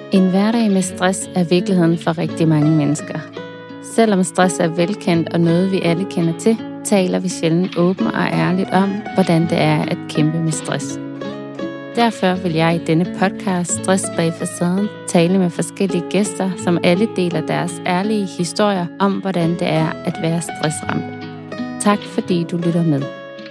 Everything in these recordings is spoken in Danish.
En hverdag med stress er virkeligheden for rigtig mange mennesker. Selvom stress er velkendt og noget, vi alle kender til, taler vi sjældent åbent og ærligt om, hvordan det er at kæmpe med stress. Derfor vil jeg i denne podcast Stress bag facaden tale med forskellige gæster, som alle deler deres ærlige historier om, hvordan det er at være stressramt. Tak fordi du lytter med.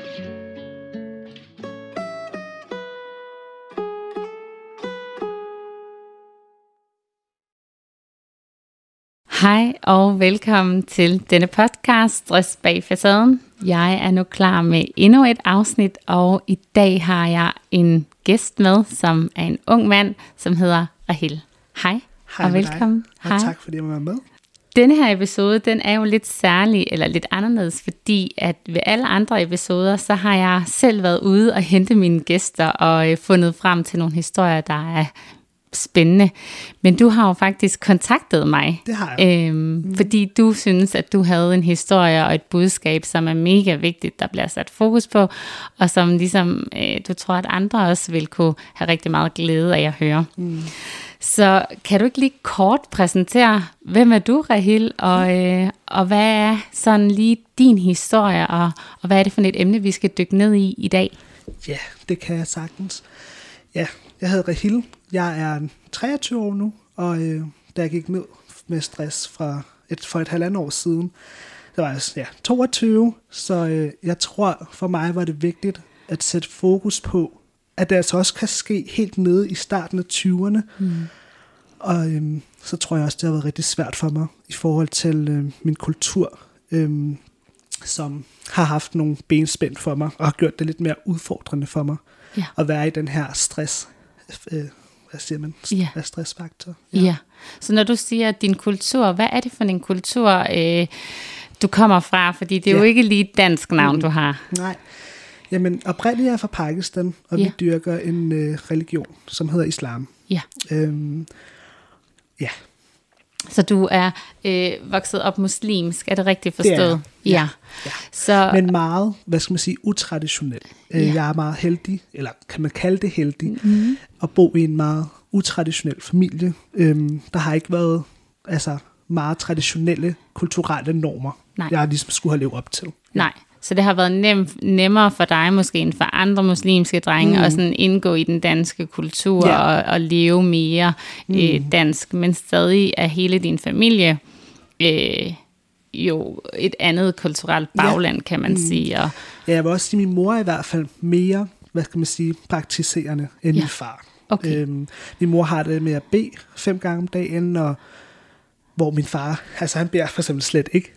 Hej og velkommen til denne podcast Stress bag facaden. Jeg er nu klar med endnu et afsnit, og i dag har jeg en gæst med, som er en ung mand, som hedder Rahil. Hej og velkommen. Hej. Og tak fordi jeg var med. Denne her episode, den er jo lidt særlig, eller lidt anderledes, fordi at ved alle andre episoder, så har jeg selv været ude og hente mine gæster og fundet frem til nogle historier, der er spændende. Men du har jo faktisk kontaktet mig. Det har jeg. Fordi du synes, at du havde en historie og et budskab, som er mega vigtigt, der bliver sat fokus på, og som ligesom du tror, at andre også vil kunne have rigtig meget glæde af at høre. Så kan du ikke lige kort præsentere, hvem er du, Rahil, og hvad er sådan lige din historie, og hvad er det for et emne, vi skal dykke ned i dag? Ja, det kan jeg sagtens. Ja, jeg hedder Rahil. Jeg er 23 år nu, og da jeg gik ned med stress for et halvandet år siden, der var jeg 22, så jeg tror for mig var det vigtigt at sætte fokus på, at det altså også kan ske helt nede i starten af 20'erne. Og så tror jeg også, det har været rigtig svært for mig i forhold til min kultur, som har haft nogle benspænd for mig, og har gjort det lidt mere udfordrende for mig, at være i den her stress. Hvad siger man? Stressfaktor. Ja. Så når du siger din kultur, hvad er det for en kultur, du kommer fra? Fordi det er jo ikke lige et dansk navn, du har. Nej. Jamen, oprindeligt er jeg fra Pakistan, og vi dyrker en religion, som hedder islam. Ja. Ja. Så du er vokset op muslimsk, er det rigtigt forstået? Det er. Ja. Så, men meget, hvad skal man sige, utraditionel. Jeg er meget heldig, eller kan man kalde det heldig, at bo i en meget utraditionel familie. Der har ikke været meget traditionelle kulturelle normer, jeg ligesom skulle have levet op til. Nej. Så det har været nemmere for dig måske end for andre muslimske drenge at sådan indgå i den danske kultur og leve mere dansk, men stadig er hele din familie jo et andet kulturelt bagland, kan man sige. Og ja, jeg vil også sige, at min mor er i hvert fald mere, hvad skal man sige, praktiserende end min far. Okay. Min mor har det med at bede 5 gange om dagen, og hvor min far, han beder for eksempel slet ikke.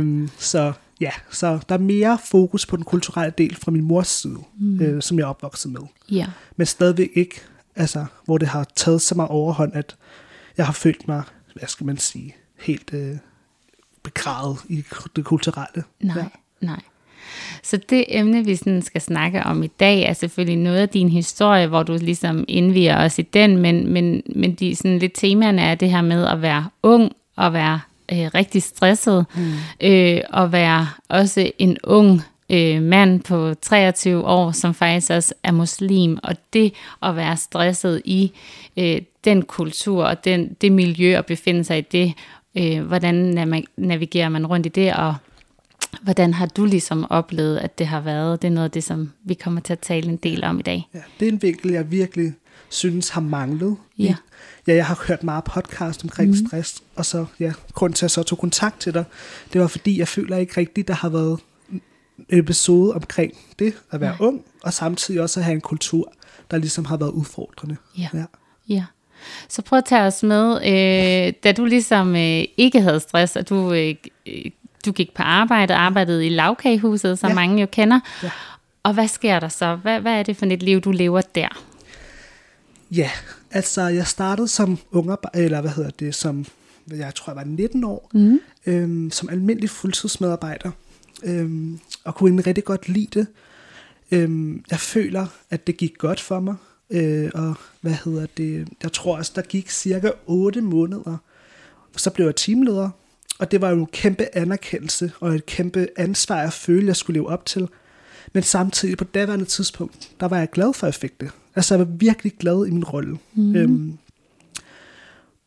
Så der er mere fokus på den kulturelle del fra min mors side, som jeg er opvokset med. Ja. Men stadigvæk ikke, hvor det har taget så meget overhånd, at jeg har følt mig, hvad skal man sige, helt begravet i det kulturelle. Nej. Så det emne, vi sådan skal snakke om i dag, er selvfølgelig noget af din historie, hvor du ligesom indvier os i den, men de sådan lidt temaerne er det her med at være ung og være rigtig stresset, og være også en ung mand på 23 år, som faktisk også er muslim, og det at være stresset i den kultur og det miljø og befinde sig i det, hvordan navigerer man rundt i det, og hvordan har du ligesom oplevet, at det har været? Det er noget af det, som vi kommer til at tale en del om i dag. Ja, det er en vinkel, jeg virkelig synes har manglet. Ja. Jeg har hørt meget podcast omkring stress, og så, grunden til, at jeg så tog kontakt til dig, det var fordi, jeg føler ikke rigtigt, der har været en episode omkring det at være ung, og samtidig også at have en kultur, der ligesom har været udfordrende. Ja. Så prøv at tage os med, da du ligesom ikke havde stress, og du gik på arbejdede i lavkagehuset, som mange jo kender, og hvad sker der så? Hvad er det for et liv, du lever der? Ja, jeg startede som som jeg tror jeg var 19 år, som almindelig fuldtidsmedarbejder, og kunne egentlig rigtig godt lide det. Jeg føler, at det gik godt for mig, og jeg tror også, der gik cirka 8 måneder, så blev jeg teamleder, og det var jo en kæmpe anerkendelse, og et kæmpe ansvar, jeg følte, jeg skulle leve op til. Men samtidig på daværende tidspunkt, der var jeg glad for, at jeg fik det. Altså jeg var virkelig glad i min rolle.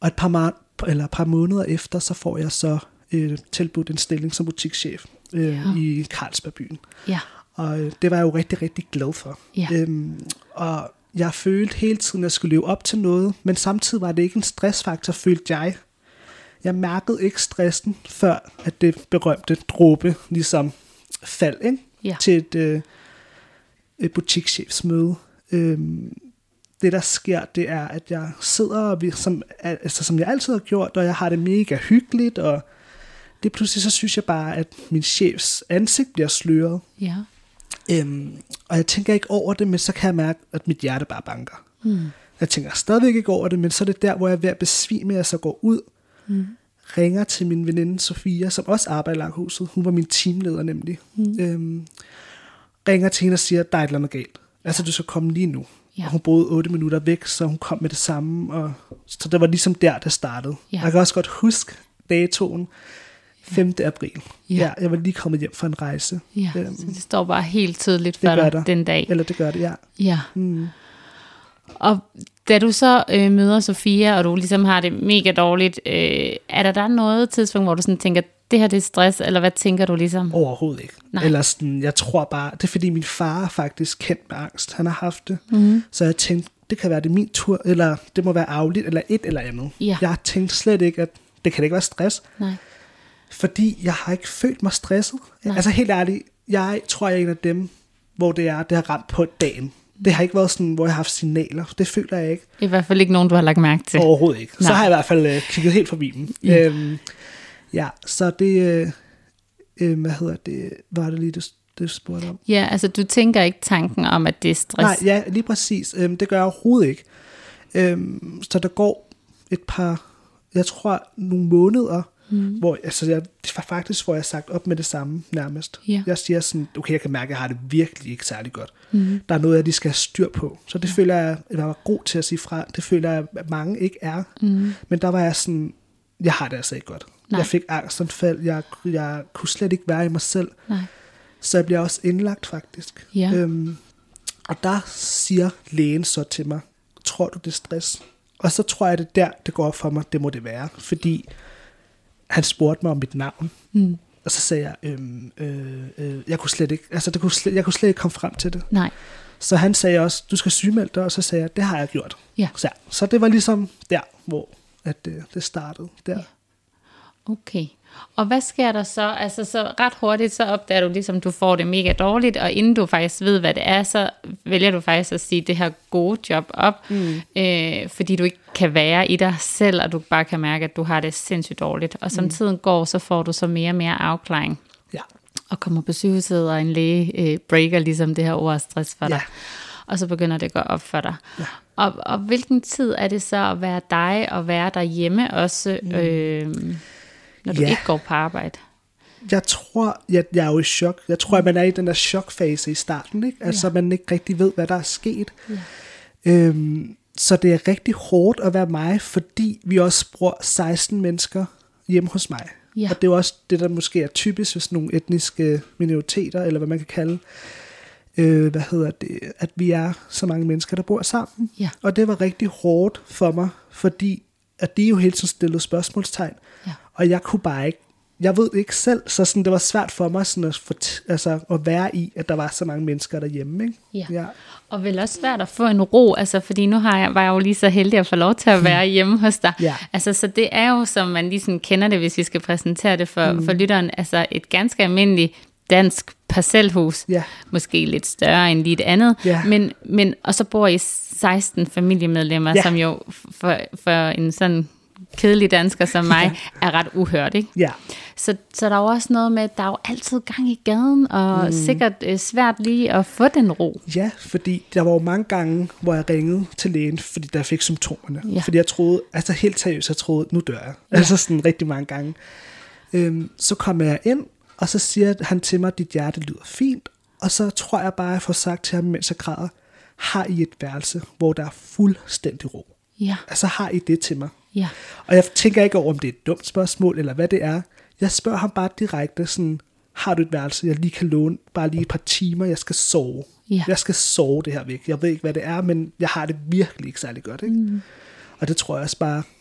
Og et par måneder efter, så får jeg så tilbudt en stilling som butikschef i Carlsbergbyen. Ja. Og det var jeg jo rigtig, rigtig glad for. Ja. Og jeg følte hele tiden, at jeg skulle leve op til noget, men samtidig var det ikke en stressfaktor, følte jeg. Jeg mærkede ikke stressen, før at det berømte dråbe ligesom faldt, ikke? Ja. Til et butikschefsmøde. Det, der sker, det er, at jeg sidder, og som jeg altid har gjort, og jeg har det mega hyggeligt, og det pludselig så synes jeg bare, at min chefs ansigt bliver sløret. Ja. Og jeg tænker ikke over det, men så kan jeg mærke, at mit hjerte bare banker. Jeg tænker stadigvæk ikke over det, men så er det der, hvor jeg er ved at besvime, jeg så går ud, ringer til min veninde Sofia, som også arbejder i Lakhuset. Hun var min teamleder nemlig. Ringer til hende og siger, at der er et eller andet galt. Altså, du skal komme lige nu. Ja. Og hun boede 8 minutter væk, så hun kom med det samme. Og så det var ligesom der, det startede. Ja. Jeg kan også godt huske datoen. 5. april. Ja, jeg var lige kommet hjem fra en rejse. Ja, så det står bare helt tydeligt for dig den dag. Eller det gør det, ja. Ja. Og da du så møder Sofia, og du ligesom har det mega dårligt, er der noget tidspunkt, hvor du sådan tænker, det her det er stress, eller hvad tænker du ligesom? Overhovedet ikke. Nej. Eller sådan, jeg tror bare, det er fordi min far er faktisk kendt med angst. Han har haft det. Så jeg tænkte, det kan være det min tur, eller det må være afligt, eller et eller andet. Ja. Jeg tænkte slet ikke, at det kan ikke være stress. Nej. Fordi jeg har ikke følt mig stresset. Nej. Altså helt ærligt, jeg tror, jeg er en af dem, hvor det har ramt på dagen. Det har ikke været sådan, hvor jeg har haft signaler. Det føler jeg ikke. I hvert fald ikke nogen, du har lagt mærke til. Overhovedet ikke. Nej. Så har jeg i hvert fald kigget helt forbi dem. Ja, så det... var det lige, du spurgte om? Ja, altså du tænker ikke tanken om, at det er stress? Nej, ja, lige præcis. Det gør jeg overhovedet ikke. Så der går et par, jeg tror, nogle måneder, hvor det var faktisk, hvor jeg har sagt op med det samme nærmest. Ja. Jeg siger sådan, okay, jeg kan mærke, at jeg har det virkelig ikke særlig godt. Der er noget, jeg lige skal have styr på. Så det føler jeg var god til at sige fra. Det føler jeg, at mange ikke er. Men der var jeg sådan, jeg har det altså ikke godt. Nej. Jeg fik angstanfald. Jeg kunne slet ikke være i mig selv. Nej. Så jeg bliver også indlagt faktisk. Ja. Og der siger lægen så til mig, tror du det er stress? Og så tror jeg, det der, det går op for mig, det må det være. Fordi han spurgte mig om mit navn. Og så sagde jeg, jeg kunne slet ikke, altså jeg kunne slet ikke komme frem til det. Nej. Så han sagde også, du skal sygemelde dig, og så sagde jeg, det har jeg gjort. Ja. Så det var ligesom der, hvor at det startede. Der. Ja. Okay. Og hvad sker der så? Altså så ret hurtigt, så opdager du ligesom, du får det mega dårligt, og inden du faktisk ved, hvad det er, så vælger du faktisk at sige det her gode job op, fordi du ikke kan være i dig selv, og du bare kan mærke, at du har det sindssygt dårligt. Og som tiden går, så får du så mere og mere afklaring. Ja. Og kommer på sygehuset, og en læge breaker ligesom det her ord stress for dig. Og så begynder det at gå op for dig. Ja. Og hvilken tid er det så at være dig, og være derhjemme også, når du ikke går på arbejde? Jeg tror, jeg er jo i chok. Jeg tror, at man er i den der chokfase i starten, ikke? Altså, man ikke rigtig ved, hvad der er sket. Ja. Så det er rigtig hårdt at være mig, fordi vi også bor 16 mennesker hjemme hos mig. Ja. Og det er jo også det, der måske er typisk hos nogle etniske minoriteter, eller hvad man kan kalde at vi er så mange mennesker, der bor sammen. Ja. Og det var rigtig hårdt for mig, fordi at de jo hele tiden stillede spørgsmålstegn. Ja. Og jeg kunne bare ikke, jeg ved ikke selv, så sådan, det var svært for mig sådan at være i, at der var så mange mennesker derhjemme. Ikke? Ja. Ja. Og vel også svært at få en ro, altså fordi nu var jeg jo lige så heldig at få lov til at være hjemme hos dig. Ja. Altså så det er jo, som man lige sådan kender det, hvis vi skal præsentere det for lytteren, altså et ganske almindeligt dansk parcelhus, måske lidt større end lige et andet, men og så bor I 16 familiemedlemmer, som jo for en sådan kedelig dansker som mig, er ret uhørt, ikke? Ja. Så der er jo også noget med, at der er jo altid gang i gaden, og sikkert svært lige at få den ro. Ja, fordi der var jo mange gange, hvor jeg ringede til lægen, fordi der fik symptomerne. Ja. Fordi jeg troede, altså helt seriøst, jeg troede, nu dør jeg. Ja. Altså sådan rigtig mange gange. Så kom jeg ind, og så siger han til mig, at dit hjerte lyder fint, og så tror jeg bare, at jeg får sagt til ham, mens jeg græder, har I et værelse, hvor der er fuldstændig ro? Ja. Altså har I det til mig? Ja. Og jeg tænker ikke over, om det er et dumt spørgsmål, eller hvad det er. Jeg spørger ham bare direkte sådan, har du et værelse, jeg lige kan låne, bare lige et par timer, jeg skal sove. Ja. Jeg skal sove det her væk. Jeg ved ikke, hvad det er, men jeg har det virkelig ikke særlig godt. Ikke? Og det tror jeg også bare,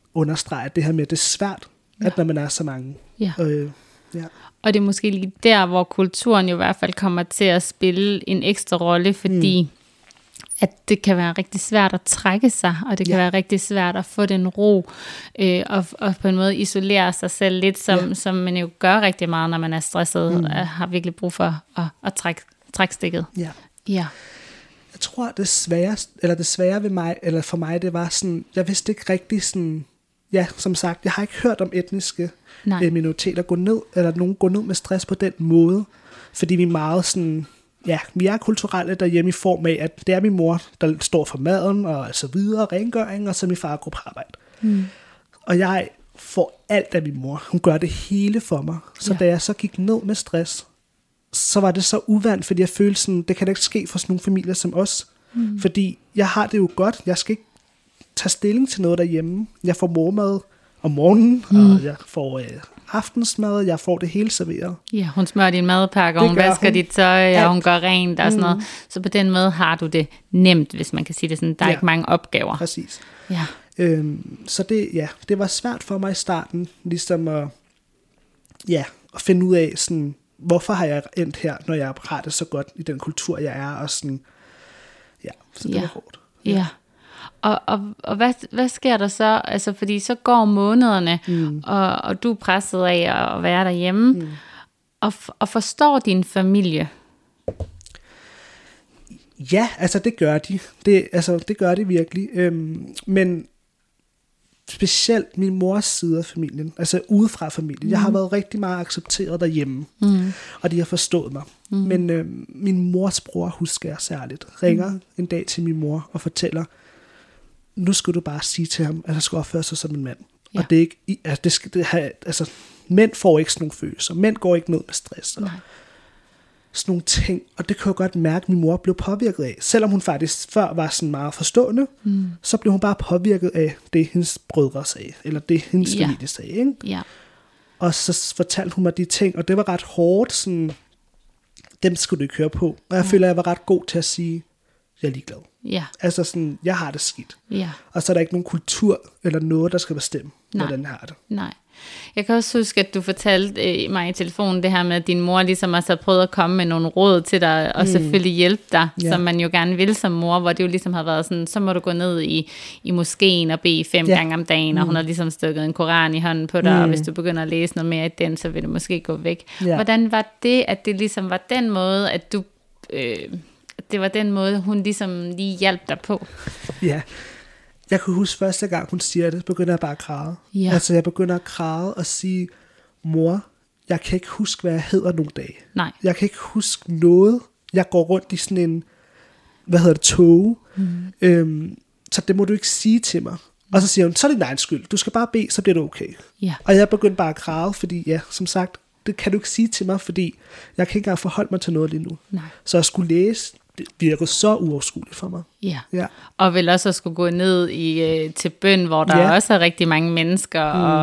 understrege det her med, at det er svært, at når man er så mange. Ja. Ja. Og det er måske lige der, hvor kulturen jo i hvert fald kommer til at spille en ekstra rolle, fordi at det kan være rigtig svært at trække sig, og det kan være rigtig svært at få den ro, og på en måde isolere sig selv lidt, som man jo gør rigtig meget, når man er stresset, og har virkelig brug for at trække stikket. Ja. Ja. Jeg tror, det svære ved mig, eller for mig, det var sådan, jeg vidste ikke rigtig sådan, ja, som sagt, jeg har ikke hørt om etniske minoriteter gå ned, eller nogen gå ned med stress på den måde, fordi vi er meget sådan, ja, vi er kulturelle derhjemme i form af, at det er min mor, der står for maden, og så videre, rengøring, og så min far går på arbejde. Og jeg får alt af min mor. Hun gør det hele for mig. Så da jeg så gik ned med stress, så var det så uvant, fordi jeg følte sådan, det kan da ikke ske for sådan nogle familier som os. Fordi jeg har det jo godt. Jeg skal ikke tage stilling til noget derhjemme. Jeg får mormad om morgenen, og jeg får aftensmad, jeg får det hele serveret. Ja, hun smører din madpakke, og hun vasker dit tøj, og hun gør rent og sådan noget. Så på den måde har du det nemt, hvis man kan sige det sådan. Der er ikke mange opgaver. Præcis. Ja. Så det var svært for mig i starten, ligesom at finde ud af, sådan, hvorfor har jeg endt her, når jeg har det så godt i den kultur, jeg er, og sådan, så det var hårdt. Ja. Og hvad sker der så? Altså, fordi så går månederne, og du er presset af at være derhjemme, og forstår din familie? Ja, altså det gør de. Det gør de virkelig. Men specielt min mors side af familien, altså udefra familien. Jeg har været rigtig meget accepteret derhjemme, og de har forstået mig. Men min mors bror, husker jeg særligt, ringer en dag til min mor og fortæller, nu skal du bare sige til ham, at han skal opføre sig som en mand. Ja. Og det er ikke, mænd får ikke sådan nogle følelser. Mænd går ikke ned med stress. Og sådan nogle ting. Og det kan jeg godt mærke, at min mor blev påvirket af. Selvom hun faktisk før var sådan meget forstående, så blev hun bare påvirket af det, hendes brødre sagde. Eller det, hendes familie sagde. Ikke? Ja. Og så fortalte hun mig de ting, og det var ret hårdt. Sådan, dem skulle du ikke høre på. Og jeg føler, at jeg var ret god til at sige, jeg er ligeglad. Ja. Altså sådan, jeg har det skidt. Ja. Og så er der ikke nogen kultur eller noget, der skal bestemme, hvordan jeg har det. Nej. Jeg kan også huske, at du fortalte mig i telefonen det her med, at din mor ligesom også har prøvet at komme med nogle råd til dig, og selvfølgelig hjælpe dig, som man jo gerne vil som mor, hvor det jo ligesom har været sådan, så må du gå ned i moskeen og bede 5 gange om dagen, og hun har ligesom stukket en koran i hånden på dig, og hvis du begynder at læse noget mere i den, så vil det måske gå væk. Ja. Hvordan var det, at det ligesom var den måde, at du... det var den måde, hun ligesom lige hjalp dig på? Ja. Jeg kunne huske første gang, hun siger det, begynder jeg bare at græde. Ja. Altså, jeg begynder at græde og sige, mor, jeg kan ikke huske, hvad jeg hedder nogle dage. Nej. Jeg kan ikke huske noget. Jeg går rundt i sådan en, tog. Så det må du ikke sige til mig. Og så siger hun, så er det din egen skyld. Du skal bare bede, så bliver det okay. Ja. Og jeg begyndte bare at græde, fordi som sagt, det kan du ikke sige til mig, fordi jeg kan ikke engang forholde mig til noget lige nu. Nej. Så jeg skulle læse, det virkede så uoverskueligt for mig. Ja. Og vel også at skulle gå ned til bøn, hvor der også er rigtig mange mennesker,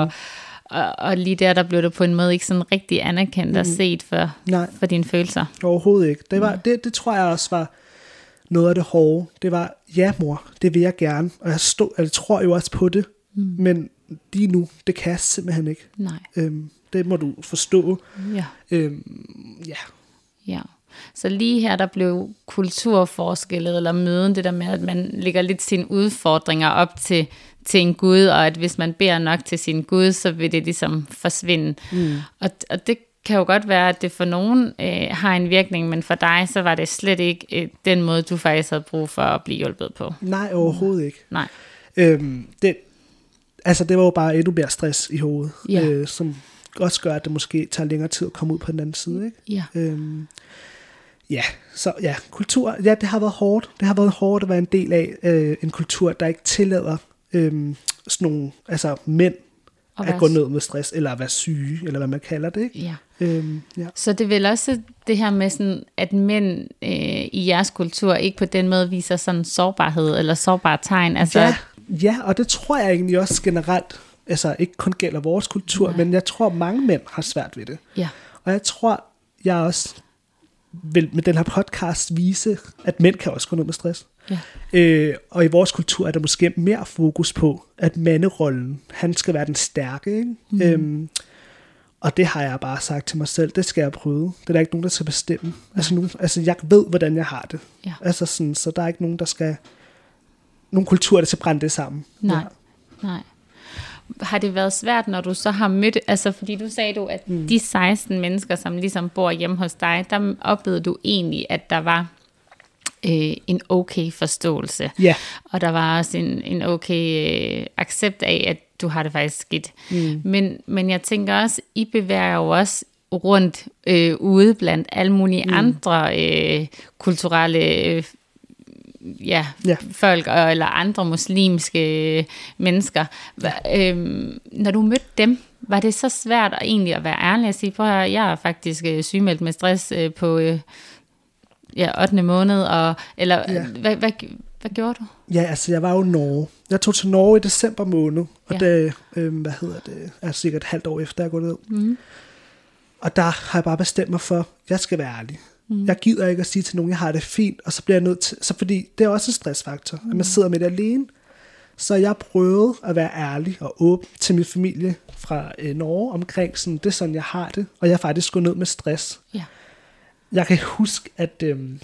og lige der blev det på en måde ikke sådan rigtig anerkendt og set for dine følelser. Overhovedet ikke. Det tror jeg også var noget af det hårde. Det var, ja mor, det vil jeg gerne, og jeg tror jo også på det, men lige nu, det kan jeg simpelthen ikke. Nej. Det må du forstå. Ja. Ja. Så lige her, der blev kulturforskelle eller møden, det der med, at man lægger lidt sine udfordringer op til en Gud, og at hvis man beder nok til sin Gud, så vil det ligesom forsvinde. Og det kan jo godt være, at det for nogen har en virkning, men for dig, så var det slet ikke den måde, du faktisk havde brug for at blive hjulpet på. Nej, overhovedet ikke. Nej. Det var jo bare endnu mere stress i hovedet, som også gør, at det måske tager længere tid at komme ud på den anden side. Ikke? Ja. Kultur, det har været hårdt. Det har været hårdt at være en del af en kultur, der ikke tillader sådan nogle, mænd at gå ned med stress, eller at være syge, eller hvad man kalder det. Ikke? Ja. Så det er vel også det her med, sådan, at mænd i jeres kultur ikke på den måde viser sådan sårbarhed, eller sårbare tegn. Ja, og det tror jeg egentlig også generelt, ikke kun gælder vores kultur, men jeg tror, mange mænd har svært ved det. Ja. Og jeg tror, jeg også vil med den her podcast vise, at mænd kan også gå ned med stress. Ja. Og i vores kultur er der måske mere fokus på, at manderollen, han skal være den stærke, ikke? Og det har jeg bare sagt til mig selv, det skal jeg prøve. Det er der ikke nogen, der skal bestemme. Altså jeg ved, hvordan jeg har det. Ja. Altså sådan, så der er ikke nogen, der skal... Nogle kulturer, der skal brænde det sammen. Nej. Har det været svært, når du så har mødt... Altså, fordi du sagde at de 16 mennesker, som ligesom bor hjemme hos dig, der oplevede du egentlig, at der var en okay forståelse. Ja. Og der var også en okay accept af, at du har det faktisk skidt. Men jeg tænker også, I bevæger jo også rundt ude blandt alle mulige andre kulturelle folk eller andre muslimske mennesker. Når du mødte dem, var det så svært egentlig at være ærlig og sige, prøv at jeg er faktisk sygemeldt med stress på 8. måned, hvad gjorde du? Ja, altså jeg var jo i Norge. Jeg tog til Norge i december måned, og det er sikkert et halvt år efter, jeg går ned. Og der har jeg bare bestemt mig for, at jeg skal være ærlig. Jeg gider ikke at sige til nogen, jeg har det fint, og så bliver jeg nødt til, så fordi det er også en stressfaktor, at man sidder med det alene. Så jeg prøvede at være ærlig og åben til min familie fra Norge omkring, sådan, det er sådan, jeg har det, og jeg er faktisk gået ned med stress. Ja. Jeg kan huske, at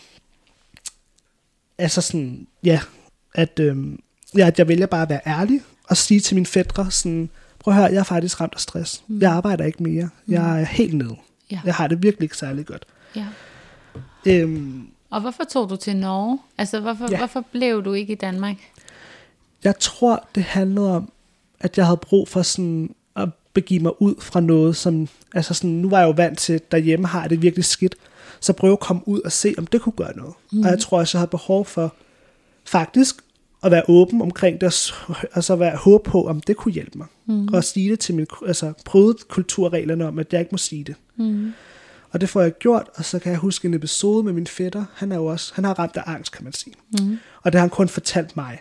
at jeg vælger bare at være ærlig og sige til mine fætre sådan, prøv at høre, jeg er faktisk ramt af stress. Jeg arbejder ikke mere. Jeg er helt nede. Ja. Jeg har det virkelig ikke særlig godt. Ja. Og hvorfor tog du til Norge? Altså, hvorfor blev du ikke i Danmark? Jeg tror, det handlede om, at jeg havde brug for sådan at begive mig ud fra noget, som, altså sådan, nu var jeg jo vant til, derhjemme har jeg det virkelig skidt, så prøve at komme ud og se, om det kunne gøre noget. Og jeg tror også, jeg havde behov for faktisk at være åben omkring det, og så være håb på, om det kunne hjælpe mig. Og sige det til prøve kulturreglerne om, at jeg ikke må sige det. Og det får jeg gjort, og så kan jeg huske en episode med min fætter. Han har ramt af angst, kan man sige. Og det har han kun fortalt mig.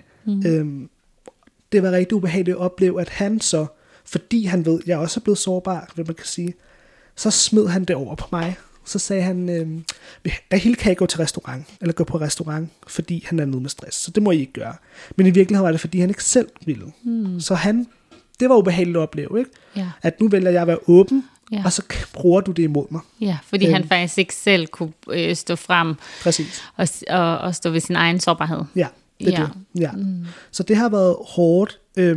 Det var rigtig ubehageligt at opleve, at han så, fordi han ved, at jeg også er blevet sårbar, hvad man kan sige, så smed han det over på mig. Så sagde han, Rahil kan ikke gå til restaurant, eller gå på restaurant, fordi han er nede med stress. Så det må I ikke gøre. Men i virkeligheden var det, fordi han ikke selv ville. Så det var ubehageligt at opleve, ikke? Ja. At nu vælger jeg at være åben, og så bruger du det imod mig. Ja, fordi han faktisk ikke selv kunne stå frem. Præcis. Og stå ved sin egen sårbarhed. Ja, det er det. Ja. Så det har været hårdt.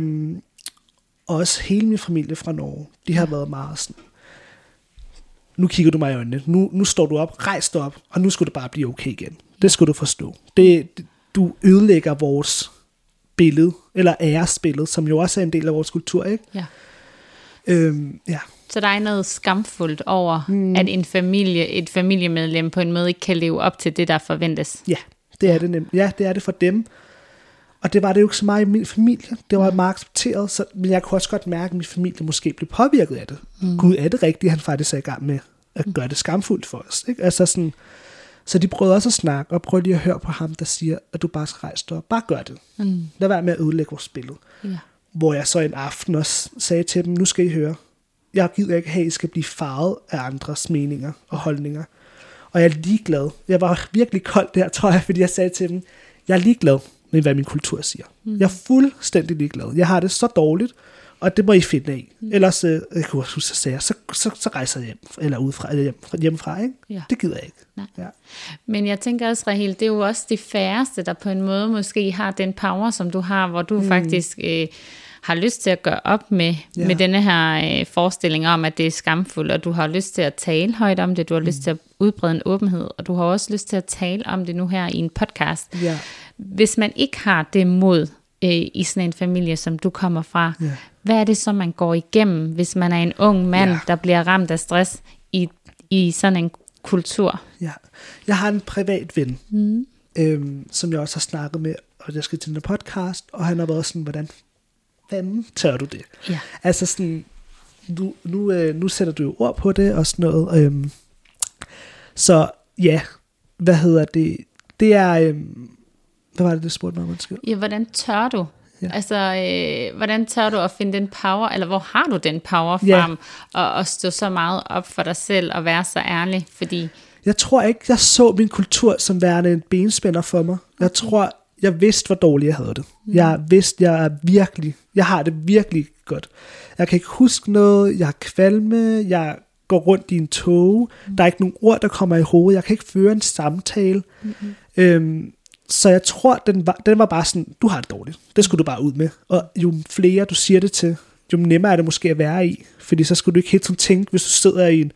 Også hele min familie fra Norge, de har været meget sådan, nu kigger du mig i øjnene, nu står du op, rejs dig op, og nu skulle det bare blive okay igen. Det skulle du forstå. Du ødelægger vores billede, eller æresbillede, som jo også er en del af vores kultur, ikke? Ja. Ja. Så der er noget skamfuldt over, at et familiemedlem på en måde ikke kan leve op til det, der forventes. Ja, det er det nemt. Ja, det er det for dem. Og det var det jo ikke så meget i min familie. Det var meget accepteret, men jeg kunne også godt mærke, at min familie måske blev påvirket af det. Gud, er det rigtigt, han faktisk er i gang med at gøre det skamfuldt for os? Ikke? Altså sådan, så de prøvede også at snakke, og prøvede lige at høre på ham, der siger, at du bare skal rejse dig op. Bare gør det. Lad være med at ødelægge vores billede. Ja. Hvor jeg så en aften også sagde til dem, nu skal I høre, jeg gider ikke have, at I skal blive farvet af andres meninger og holdninger. Og jeg er ligeglad. Jeg var virkelig kold der, tror jeg, fordi jeg sagde til dem, jeg er ligeglad med, hvad min kultur siger. Jeg er fuldstændig ligeglad. Jeg har det så dårligt, og det må I finde af. Ellers, jeg kunne også huske, at jeg sagde, så rejser jeg hjem, eller hjemmefra, ikke? Ja. Det gider jeg ikke. Ja. Men jeg tænker også, Rahil, det er jo også de færreste, der på en måde måske har den power, som du har, hvor du faktisk har lyst til at gøre op med denne her forestilling om, at det er skamfuldt, og du har lyst til at tale højt om det, du har lyst til at udbrede en åbenhed, og du har også lyst til at tale om det nu her i en podcast. Ja. Hvis man ikke har det mod i sådan en familie, som du kommer fra, hvad er det så, man går igennem, hvis man er en ung mand, der bliver ramt af stress i sådan en kultur? Ja. Jeg har en privat ven, som jeg også har snakket med, og jeg skal til en podcast, og han har været sådan, hvordan fanden tør du det? Ja. Altså sådan, nu sætter du jo ord på det, og sådan noget. Så ja, hvad hedder det? Det er... Hvad var det spurgte mig, måske? Ja, hvordan tør du? Ja. Altså, hvordan tør du at finde den power, eller hvor har du den power frem, og stå så meget op for dig selv, og være så ærlig, fordi... Jeg tror ikke, jeg så min kultur som værende en benspænder for mig. Jeg tror, jeg vidste, hvor dårligt jeg havde det. Jeg vidste, jeg har det virkelig godt. Jeg kan ikke huske noget, jeg har kvalme, jeg går rundt i en tog, der er ikke nogen ord, der kommer i hovedet, jeg kan ikke føre en samtale. Så jeg tror, den var bare sådan, du har det dårligt, det skulle du bare ud med. Og jo flere du siger det til, jo nemmere er det måske at være i, fordi så skulle du ikke helt sådan tænke, hvis du sidder i en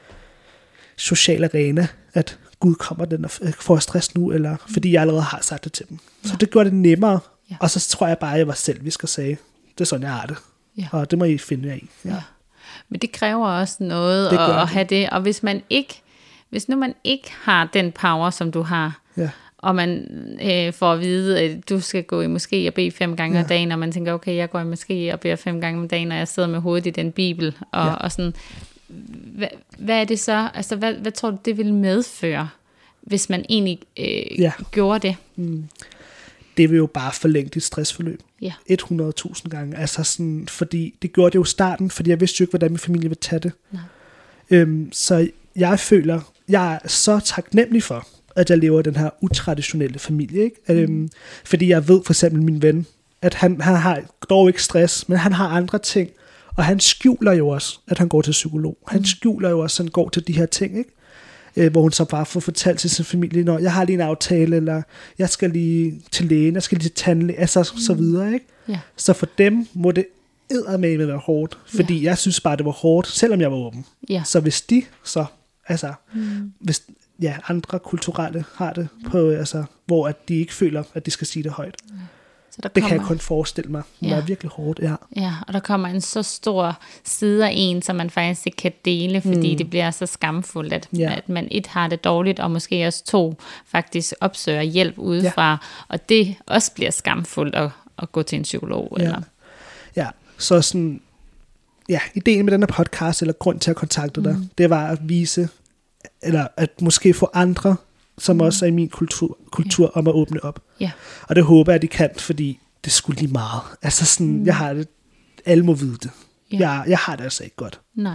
social arena, at Gud kommer den og får stress nu, eller fordi jeg allerede har sagt det til dem. Så det gjorde det nemmere, og så tror jeg bare, at jeg var selvisk og sagde, det er sådan, jeg har det. Og det må I finde jer i. Ja. Men det kræver også noget at have det, og hvis nu man ikke har den power, som du har, og man får at vide, at du skal gå i moské og bede 5 gange om dagen, og man tænker, okay, jeg går i moské og beder 5 gange om dagen, og jeg sidder med hovedet i den bibel, og sådan, hvad er det så, altså hvad tror du, det vil medføre, hvis man egentlig gjorde det? Det vil jo bare forlænge dit stressforløb 100.000 gange, altså sådan, fordi det gjorde det jo i starten, fordi jeg vidste jo ikke, hvordan min familie ville tage det. Så jeg føler, jeg er så taknemmelig for, at jeg lever i den her utraditionelle familie, ikke? Fordi jeg ved for eksempel min ven, at han har dog ikke stress, men han har andre ting, og han skjuler jo også, at han går til psykolog. Han skjuler jo også, at han går til de her ting, ikke? Hvor hun så bare får fortalt til sin familie, når jeg har lige en aftale, eller jeg skal lige til lægen, jeg skal lige til tandlæge, altså så videre, ikke? Så for dem må det eddermame være hårdt, fordi jeg synes bare, det var hårdt, selvom jeg var åben. Så hvis de så, altså, hvis andre kulturelle har det på, altså, hvor at de ikke føler, at de skal sige det højt. Så det kan jeg kun forestille mig. Det er virkelig hårdt, Ja, og der kommer en så stor side af en, som man faktisk ikke kan dele, fordi det bliver så skamfuldt, at man har det dårligt, og måske også 2 faktisk opsøger hjælp udefra, og det også bliver skamfuldt at gå til en psykolog. Eller? Ja, så sådan, ideen med den her podcast, eller grund til at kontakte dig, det var at vise, eller at måske få andre, som også er i min kultur om at åbne op. Og det håber jeg, at de kan, fordi det skulle lige meget. Altså sådan, jeg har det, alle må vide det. Jeg har det altså ikke godt. Nej.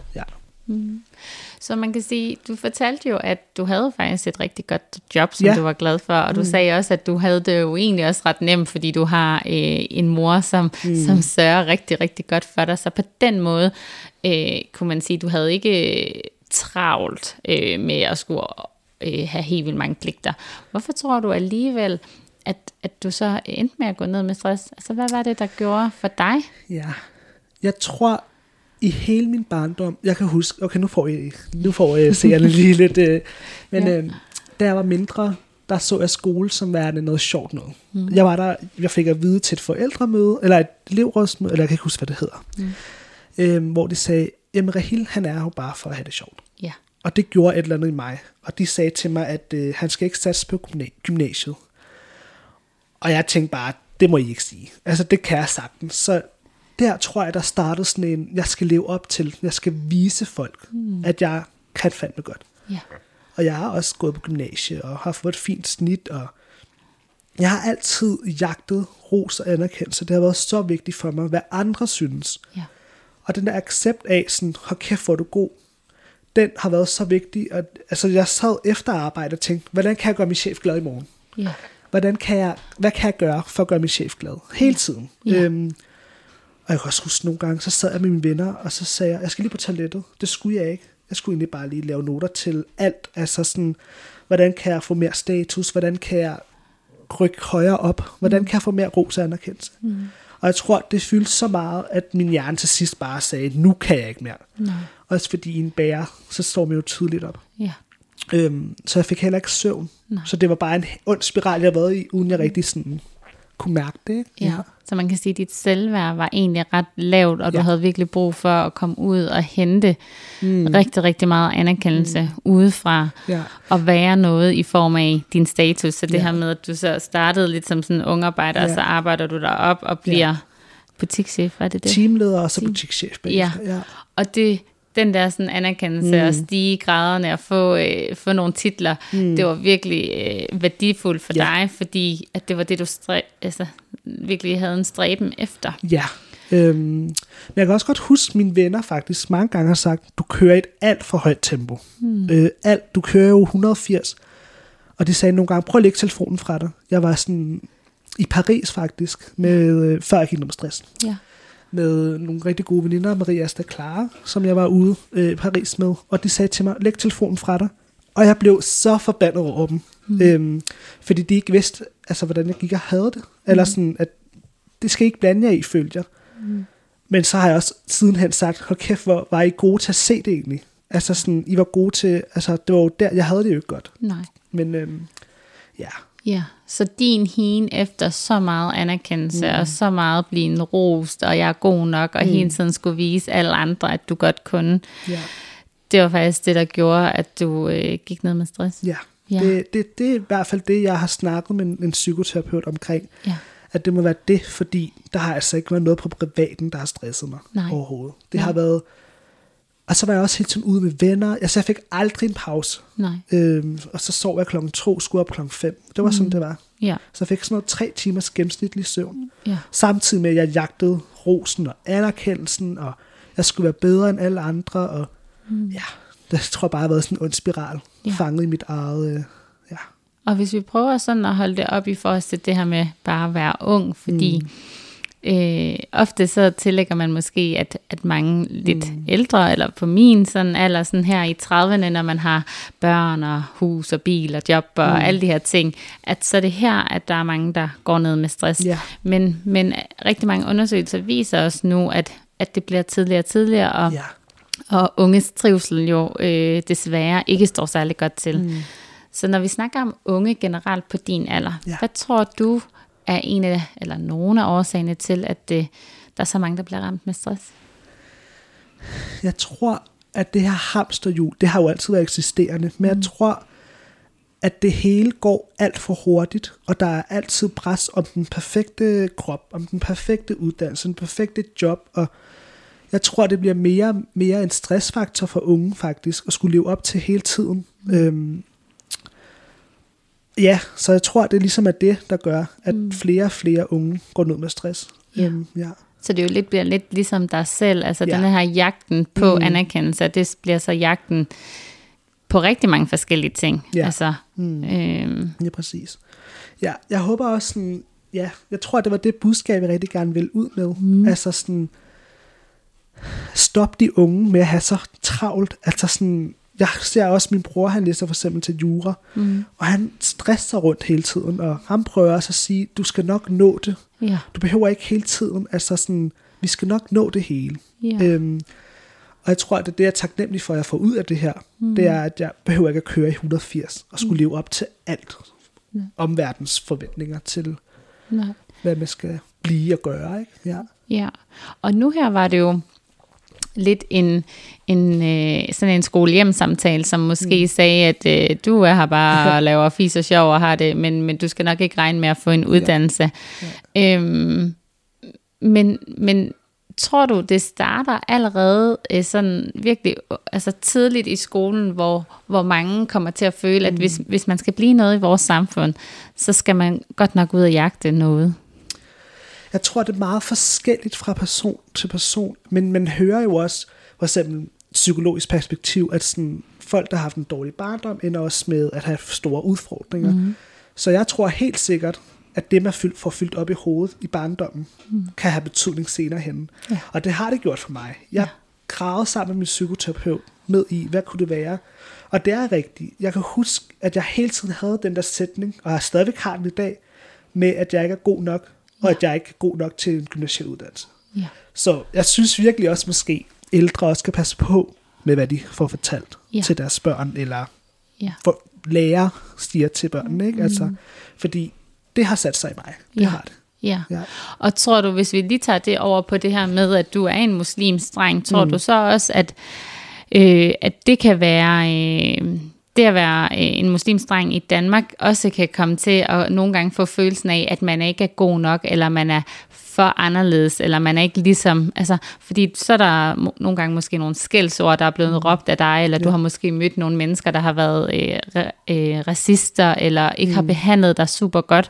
Så man kan sige, du fortalte jo, at du havde faktisk et rigtig godt job, som du var glad for, og du sagde også, at du havde det jo egentlig også ret nemt, fordi du har en mor, som sørger rigtig, rigtig godt for dig. Så på den måde kunne man sige, at du havde ikke travlt med at skulle have helt vildt mange pligter. Hvorfor tror du alligevel, at du så endte med at gå ned med stress? Altså, hvad var det, der gjorde for dig? Ja, jeg tror i hele min barndom, jeg kan huske, okay, nu får jeg seerne lige lidt, men da jeg var mindre, der så jeg skole som værende noget sjovt noget. Jeg var der, jeg fik at vide til et forældremøde, eller et elevrådsmøde, eller jeg kan ikke huske, hvad det hedder, hvor de sagde, jamen Rahil, han er jo bare for at have det sjovt. Og det gjorde et eller andet i mig. Og de sagde til mig, at han skal ikke satse på gymnasiet. Og jeg tænkte bare, det må I ikke sige. Altså, det kan jeg sagtens. Så der tror jeg, der startede sådan en, jeg skal leve op til. Jeg skal vise folk, at jeg kan fandme godt. Og jeg har også gået på gymnasiet, og har fået et fint snit, og jeg har altid jagtet ros og anerkendelse. Det har været så vigtigt for mig, hvad andre synes. Og den der accept af, sådan, hold kæft, hvor er du god, den har været så vigtig, at altså, jeg sad efter arbejde og tænkte, hvordan kan jeg gøre min chef glad i morgen? Hvad kan jeg gøre for at gøre min chef glad? Hele tiden. Og jeg kan også huske nogle gange, så sad jeg med mine venner, og så sagde jeg skal lige på toilettet. Det skulle jeg ikke. Jeg skulle egentlig bare lige lave noter til alt. Altså sådan, hvordan kan jeg få mere status? Hvordan kan jeg rykke højere op? Hvordan kan jeg få mere ros og anerkendelse? Og jeg tror, det fyldte så meget, at min hjerne til sidst bare sagde, nu kan jeg ikke mere. Også fordi i en bærer, så står man jo tydeligt op. Så jeg fik heller ikke søvn. Så det var bare en ond spiral, jeg havde været i, uden jeg rigtig sådan kunne mærke det. Ikke? Så man kan sige, at dit selvværd var egentlig ret lavt, og du havde virkelig brug for at komme ud og hente rigtig, rigtig meget anerkendelse udefra, og være noget i form af din status. Så det her med, at du så startede lidt som sådan en ungarbejder, og så arbejder du derop og bliver butikschef, er det det? Teamleder og så butikschef. Og den der sådan anerkendelse og stige graderne og få nogle titler, det var virkelig værdifuldt for dig, fordi at det var det, du virkelig havde en stræben efter. Men jeg kan også godt huske, mine venner faktisk mange gange har sagt, du kører et alt for højt tempo. Du kører jo 180. Og de sagde nogle gange, prøv at lægge telefonen fra dig. Jeg var sådan, i Paris faktisk, med, før jeg gik ned med stress. Ja. Med nogle rigtig gode veninder, Maria Asta Clara, som jeg var ude i Paris med, og de sagde til mig, læg telefonen fra dig. Og jeg blev så forbandet over dem, fordi de ikke vidste, altså, hvordan jeg gik og havde det. Eller sådan, at det skal I ikke blande jer i, følte jeg. Men så har jeg også sidenhen sagt, hold kæft, hvor var I gode til at se det egentlig. Altså sådan, I var gode til, altså det var jo der, jeg havde det jo ikke godt. Nej. Men ja. Ja, så din hien efter så meget anerkendelse, og så meget blive en rost, og jeg er god nok, og hele tiden skulle vise alle andre, at du godt kunne. Ja. Det var faktisk det, der gjorde, at du gik ned med stress. Ja, Ja. det er i hvert fald det, jeg har snakket med en psykoterapeut omkring. Ja. At det må være det, fordi der har altså ikke været noget på privaten, der har stresset mig overhovedet. Det har været... Og så var jeg også helt tiden ude med venner. Altså jeg fik aldrig en pause. Nej. Og så sov jeg 2:00, skulle op 5:00. Det var sådan, det var. Ja. Så jeg fik sådan noget 3 timers gennemsnitlig søvn. Ja. Samtidig med, at jeg jagtede rosen og anerkendelsen, og jeg skulle være bedre end alle andre. Og ja, det tror jeg bare har været sådan en ond spiral. Fanget i mit eget... Og hvis vi prøver sådan at holde det op i forhold til det her med bare at være ung, fordi ofte så tillægger man måske, at mange lidt ældre, eller på min sådan alder, sådan her i 30'erne, når man har børn og hus og bil og job og alle de her ting, at så er det her, at der er mange, der går ned med stress. Ja. Men rigtig mange undersøgelser viser os nu, at det bliver tidligere og tidligere, og unges trivsel jo desværre ikke står særlig godt til. Så når vi snakker om unge generelt på din alder, hvad tror du er en af, eller nogle af årsagerne til, at der er så mange, der bliver ramt med stress? Jeg tror, at det her hamsterhjul, det har jo altid været eksisterende, men jeg tror, at det hele går alt for hurtigt, og der er altid pres om den perfekte krop, om den perfekte uddannelse, den perfekte job, og jeg tror, det bliver mere en stressfaktor for unge faktisk, at skulle leve op til hele tiden. Ja, så jeg tror, det ligesom er det, der gør, at flere og flere unge går ned med stress. Ja. Så det jo bliver lidt ligesom dig selv, altså den her jagten på anerkendelse, det bliver så jagten på rigtig mange forskellige ting. Ja, altså, ja præcis. Ja, jeg håber også sådan, jeg tror, det var det budskab, jeg rigtig gerne ville ud med. Altså sådan, stop de unge med at have så travlt, altså sådan, jeg ser også, min bror, han læser for eksempel til jura, og han stresser rundt hele tiden, og han prøver også at sige, du skal nok nå det. Ja. Du behøver ikke hele tiden, altså sådan, vi skal nok nå det hele. Ja. Og jeg tror, at det jeg er taknemmelig for, at jeg får ud af det her, det er, at jeg behøver ikke at køre i 180, og skulle leve op til alt om verdens forventninger til, hvad man skal blive og gøre. Ikke? Ja, og nu her var det jo lidt sådan en skole-hjem-samtale, som måske sagde, at du er her bare og laver fis og sjov og har det, men du skal nok ikke regne med at få en uddannelse. Ja. Men tror du, det starter allerede sådan virkelig altså tidligt i skolen, hvor mange kommer til at føle, at hvis man skal blive noget i vores samfund, så skal man godt nok ud og jagte noget? Jeg tror, det er meget forskelligt fra person til person, men man hører jo også, for eksempel psykologisk perspektiv, at sådan, folk, der har haft en dårlig barndom, ender også med at have store udfordringer. Så jeg tror helt sikkert, at det, man får fyldt op i hovedet i barndommen, kan have betydning senere hen. Ja. Og det har det gjort for mig. Jeg gravede sammen med min psykoterapeut ned i, hvad kunne det være? Og det er rigtigt. Jeg kan huske, at jeg hele tiden havde den der sætning, og jeg stadigvæk har den i dag, med at jeg ikke er god nok, og at jeg ikke er god nok til en gymnasial uddannelse. Ja. Så jeg synes virkelig også måske, ældre også skal passe på med, hvad de får fortalt til deres børn, eller lærer siger til børnene. Ikke? Altså, fordi det har sat sig i mig. Det har det. Ja. Og tror du, hvis vi lige tager det over på det her med, at du er en muslimsk dreng, tror du så også, at det kan være... det at være en muslimsk dreng i Danmark også kan komme til at nogle gange få følelsen af, at man ikke er god nok, eller man er for anderledes, eller man er ikke ligesom, altså, fordi så er der nogle gange måske nogle skældsord, der er blevet råbt af dig, eller du har måske mødt nogle mennesker, der har været racister, eller ikke har behandlet dig super godt.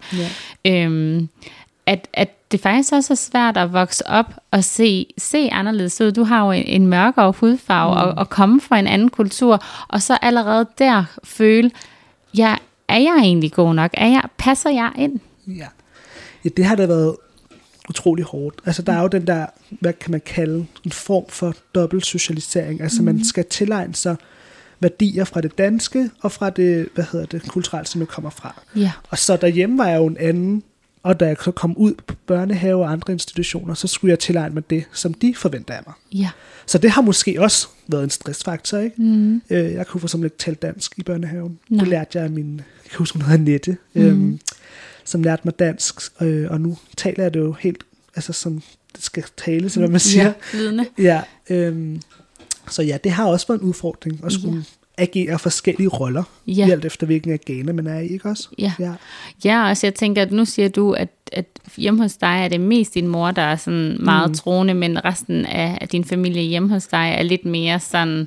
At det faktisk også er svært at vokse op og se anderledes ud. Du har jo en mørkere hudfarve og komme fra en anden kultur, og så allerede der føle, er jeg egentlig god nok? Passer jeg ind? Ja, det har da været utrolig hårdt. Altså, der er jo den der, hvad kan man kalde, en form for dobbelt socialisering. Altså, man skal tilegne sig værdier fra det danske, og fra det, kulturelt, som man kommer fra. Ja. Og så derhjemme var jeg jo en anden, og da jeg så kom ud på børnehave og andre institutioner, så skulle jeg tilegne mig det, som de forventer af mig. Ja. Så det har måske også været en stressfaktor, ikke? Jeg kunne for eksempel ikke tale dansk i børnehaven. Det lærte jeg af min, jeg kan huske, hun hedder Nette, som lærte mig dansk, og nu taler jeg det jo helt, altså som det skal tales, hvad man siger. Ja, flydende. Ja, så ja, det har også været en udfordring at skulle agere forskellige roller, alt efter hvilken agane man er i, ikke også? Ja, altså jeg tænker, at nu siger du, at hjemme hos dig er det mest din mor, der er sådan meget troende, men resten af din familie hjemme hos dig er lidt mere sådan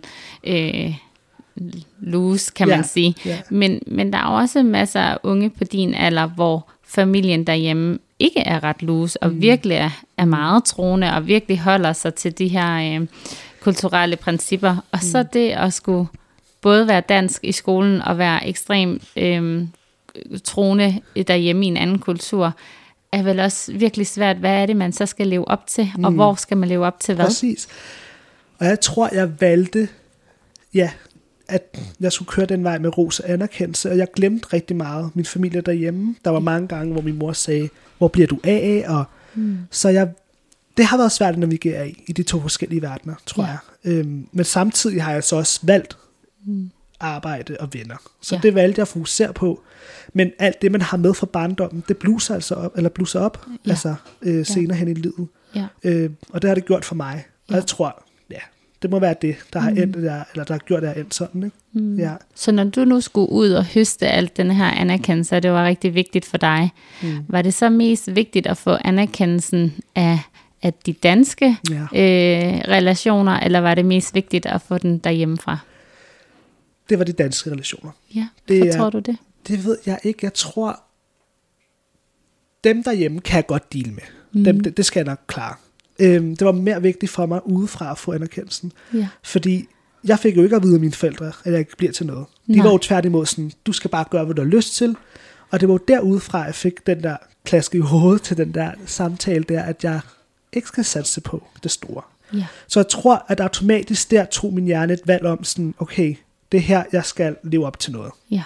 loose, kan man sige. Ja. Men der er også masser af unge på din alder, hvor familien derhjemme ikke er ret loose, og virkelig er meget troende, og virkelig holder sig til de her kulturelle principper. Og så det at skulle både være dansk i skolen, og være ekstremt troende derhjemme i en anden kultur, er vel også virkelig svært. Hvad er det, man så skal leve op til, og hvor skal man leve op til hvad? Præcis. Og jeg tror, jeg valgte, at jeg skulle køre den vej med ros og anerkendelse, og jeg glemte rigtig meget min familie derhjemme. Der var mange gange, hvor min mor sagde, hvor bliver du af? Og så det har været svært at navigere i de to forskellige verdener, tror jeg. Men samtidig har jeg så også valgt arbejde og venner. Så det valgte jeg at fokusere på. Men alt det, man har med fra barndommen, det bluser altså op, senere hen i livet. Ja. Og det har det gjort for mig. Og jeg tror, det må være det, der har endt der, eller der har gjort det, endt sådan, ikke? Ja. Så når du nu skulle ud og høste alt den her anerkendelse, og det var rigtig vigtigt for dig, var det så mest vigtigt at få anerkendelsen af de danske relationer, eller var det mest vigtigt at få den derhjemmefra? Det var de danske relationer. Ja, hvorfor tror du det? Det ved jeg ikke. Jeg tror, dem derhjemme kan jeg godt deale med. Det skal jeg nok klare. Det var mere vigtigt for mig udefra at få anerkendelsen. Ja. Fordi jeg fik jo ikke at vide af mine forældre, at jeg ikke bliver til noget. De var jo tværtimod sådan, du skal bare gøre, hvad du har lyst til. Og det var jo derudefra, jeg fik den der klask i hovedet til den der samtale der, at jeg ikke skal satse på det store. Ja. Så jeg tror, at automatisk der tog min hjerne et valg om sådan, okay, det her, jeg skal leve op til noget. Ja.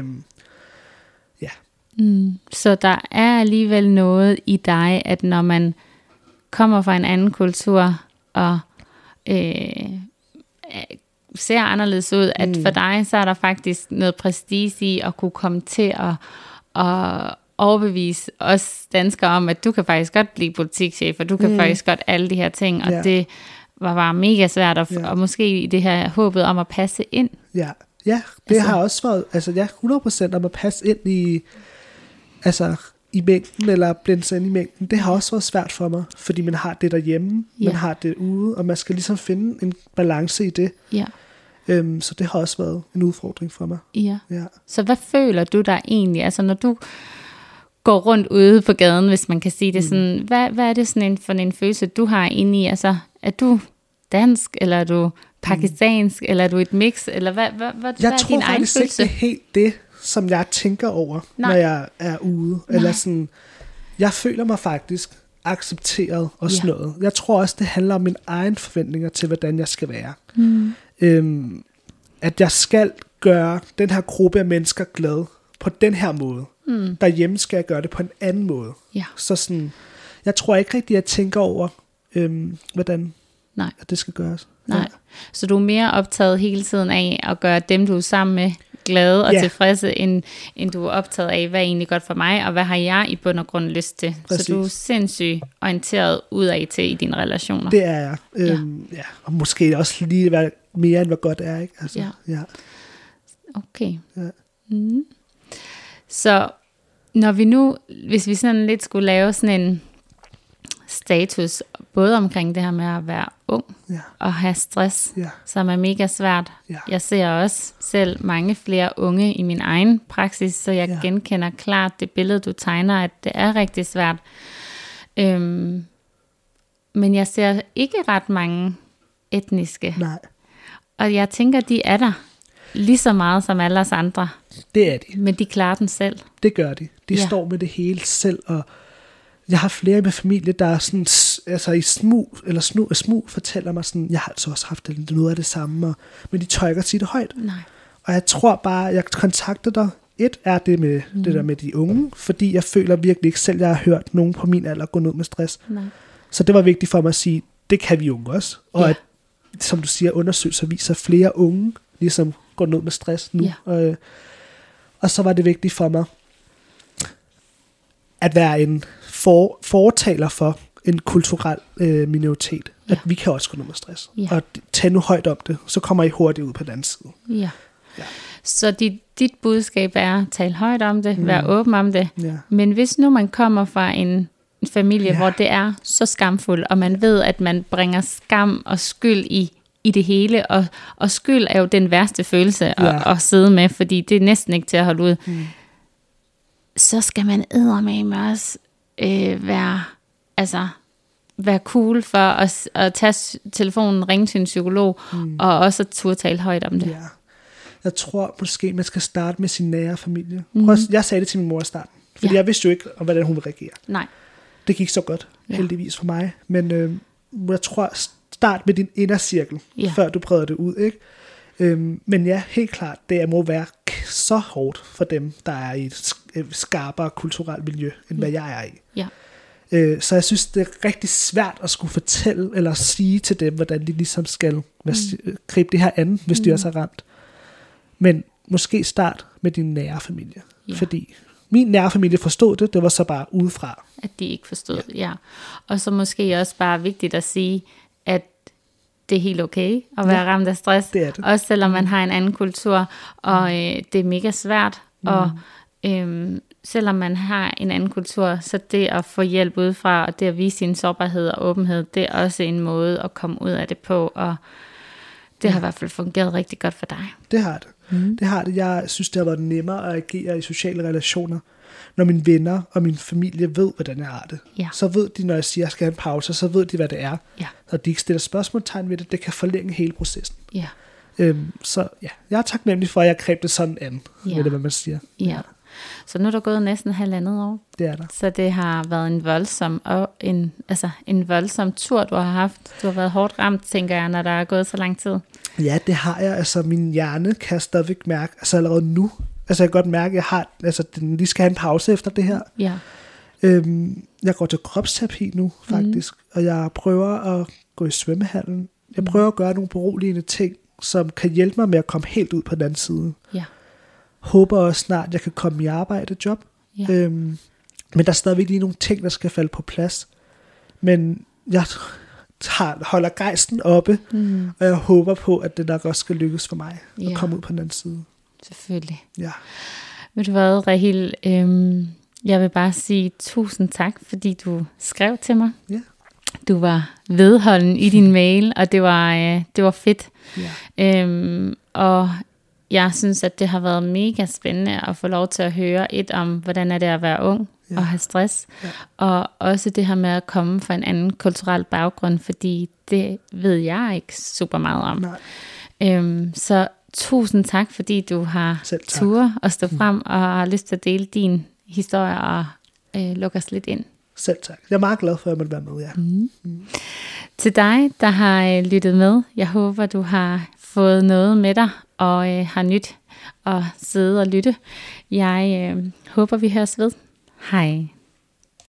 Så der er alligevel noget i dig, at når man kommer fra en anden kultur, og ser anderledes ud, at for dig, så er der faktisk noget prestige i at kunne komme til at overbevise os danskere om, at du kan faktisk godt blive butikschef, og du kan faktisk godt alle de her ting, og det var bare mega svært, og måske i det her håbet om at passe ind. Ja, det har også været, 100% om at passe ind i mængden, eller blende sig ind i mængden. Det har også været svært for mig, fordi man har det derhjemme, man har det ude, og man skal ligesom finde en balance i det. Ja. Så det har også været en udfordring for mig. Ja. Så hvad føler du der egentlig? Altså når du går rundt ude på gaden, hvis man kan sige det sådan, hvad er det sådan for en følelse, du har inde i? Altså, er du dansk, eller er du pakistansk, eller er du et mix, eller hvad er din egen følelse? Jeg tror faktisk ikke, det er helt det, som jeg tænker over, når jeg er ude. Eller sådan, jeg føler mig faktisk accepteret og sådan noget. Jeg tror også, det handler om mine egne forventninger til, hvordan jeg skal være. At jeg skal gøre den her gruppe af mennesker glad på den her måde. Derhjemme skal jeg gøre det på en anden måde. Ja. Så sådan, jeg tror ikke rigtig, at jeg tænker over, hvordan at det skal gøres. Nej. Ja. Så du er mere optaget hele tiden af at gøre dem, du er sammen med, glade og tilfredse, end du er optaget af, hvad er egentlig godt for mig, og hvad har jeg i bund og grund lyst til. Præcis. Så du er sindssygt orienteret udad til i dine relationer. Det er jeg. Og måske også lige være mere, end hvad godt er. Ikke? Altså, Okay. Ja. Så når vi nu, hvis vi sådan lidt skulle lave sådan en status, både omkring det her med at være ung og have stress, som er mega svært. Jeg ser også selv mange flere unge i min egen praksis, så jeg genkender klart det billede, du tegner, at det er rigtig svært. Men jeg ser ikke ret mange etniske. Nej. Og jeg tænker, de er der lige så meget som alle os andre. Det er de. Men de klarer den selv. Det gør de. De står med det hele selv, og Jeg har flere i min familie, der er sådan, altså i smug fortæller mig sådan, jeg har altså også haft noget af det samme, men de tør ikke at sige det højt. Nej. Og jeg tror bare, jeg kontakter dig. Et er det med det der med de unge, fordi jeg føler virkelig ikke selv, jeg har hørt nogen på min alder gå ned med stress. Nej. Så det var vigtigt for mig at sige, det kan vi unge også. Og at, som du siger, undersøgelser viser flere unge, ligesom går ned med stress nu. Ja. Og så var det vigtigt for mig, at være en fortaler for en kulturel minoritet. At vi kan også gå ned med stress. Og tage nu højt om det, så kommer I hurtigt ud på den anden side. Ja. Så dit budskab er at tale højt om det, være åben om det. Ja. Men hvis nu man kommer fra en familie, hvor det er så skamfuldt, og man ved, at man bringer skam og skyld i det hele, og skyld er jo den værste følelse at sidde med, fordi det er næsten ikke til at holde ud, så skal man eddermame også være cool for at tage telefonen, ringe til en psykolog, og også at turde tale højt om det. Ja. Jeg tror måske, man skal starte med sin nære familie. Jeg sagde det til min mor i starten, fordi jeg vidste jo ikke, hvordan hun ville reagere. Nej. Det gik så godt, heldigvis for mig. Men jeg tror, start med din indercirkel, før du breder det ud. Ikke? Men ja, helt klart, det må være så hårdt for dem, der er i et skarpere kulturelt miljø, end hvad jeg er i. Ja. Så jeg synes, det er rigtig svært at skulle fortælle, eller sige til dem, hvordan de ligesom skal gribe det her an, hvis de også er ramt. Men måske start med din nære familie. Ja. Fordi min nære familie forstod det var så bare udefra. At de ikke forstod, ja. Og så måske også bare vigtigt at sige, at det er helt okay at være ramt af stress. Det er det. Også selvom man har en anden kultur, og det er mega svært. Og selvom man har en anden kultur, så det at få hjælp udefra, og det at vise sin sårbarhed og åbenhed, det er også en måde at komme ud af det på, og det har i hvert fald fungeret rigtig godt for dig. Det har det. Det har det. Jeg synes, det har været nemmere at agere i sociale relationer, når mine venner og min familie ved, hvordan jeg har det. Ja. Så ved de, når jeg siger, at jeg skal have en pause, så ved de, hvad det er. Ja. Så de ikke stiller spørgsmålstegn ved det. Det kan forlænge hele processen. Ja. Så ja, jeg er taknemmelig for, at jeg greb det sådan an, med det, hvad man siger. Ja. Så nu er der gået næsten 1,5 år. Det er der. Så det har været en voldsom tur, du har haft. Du har været hårdt ramt, tænker jeg, når der er gået så lang tid. Ja, det har jeg. Altså, min hjerne kan stadigvæk mærke, altså allerede nu. Altså, jeg kan godt mærke, at jeg har, den lige skal have en pause efter det her. Ja. Jeg går til kropsterapi nu, faktisk. Og jeg prøver at gå i svømmehallen. Jeg prøver at gøre nogle beroligende ting, som kan hjælpe mig med at komme helt ud på den anden side. Ja. Håber også snart, jeg kan komme i arbejde job. Ja. Men der er stadigvæk lige nogle ting, der skal falde på plads. Men jeg holder gejsten oppe, og jeg håber på, at det nok også skal lykkes for mig at komme ud på den anden side. Selvfølgelig. Ja. Ved du hvad, Rahil? Jeg vil bare sige tusind tak, fordi du skrev til mig. Ja. Du var vedholden i din mail, og det var fedt. Ja. Og jeg synes, at det har været mega spændende at få lov til at høre om, hvordan er det at være ung og have stress. Ja. Og også det her med at komme fra en anden kulturel baggrund, fordi det ved jeg ikke super meget om. Så tusind tak, fordi du har tur at stå frem og har lyst til at dele din historie og lukke os lidt ind. Selv tak. Jeg er meget glad for, at jeg måtte være med, ja. Til dig, der har lyttet med, jeg håber, du har fået noget med dig, og har nyt at sidde og lytte. Jeg håber, vi høres ved. Hej.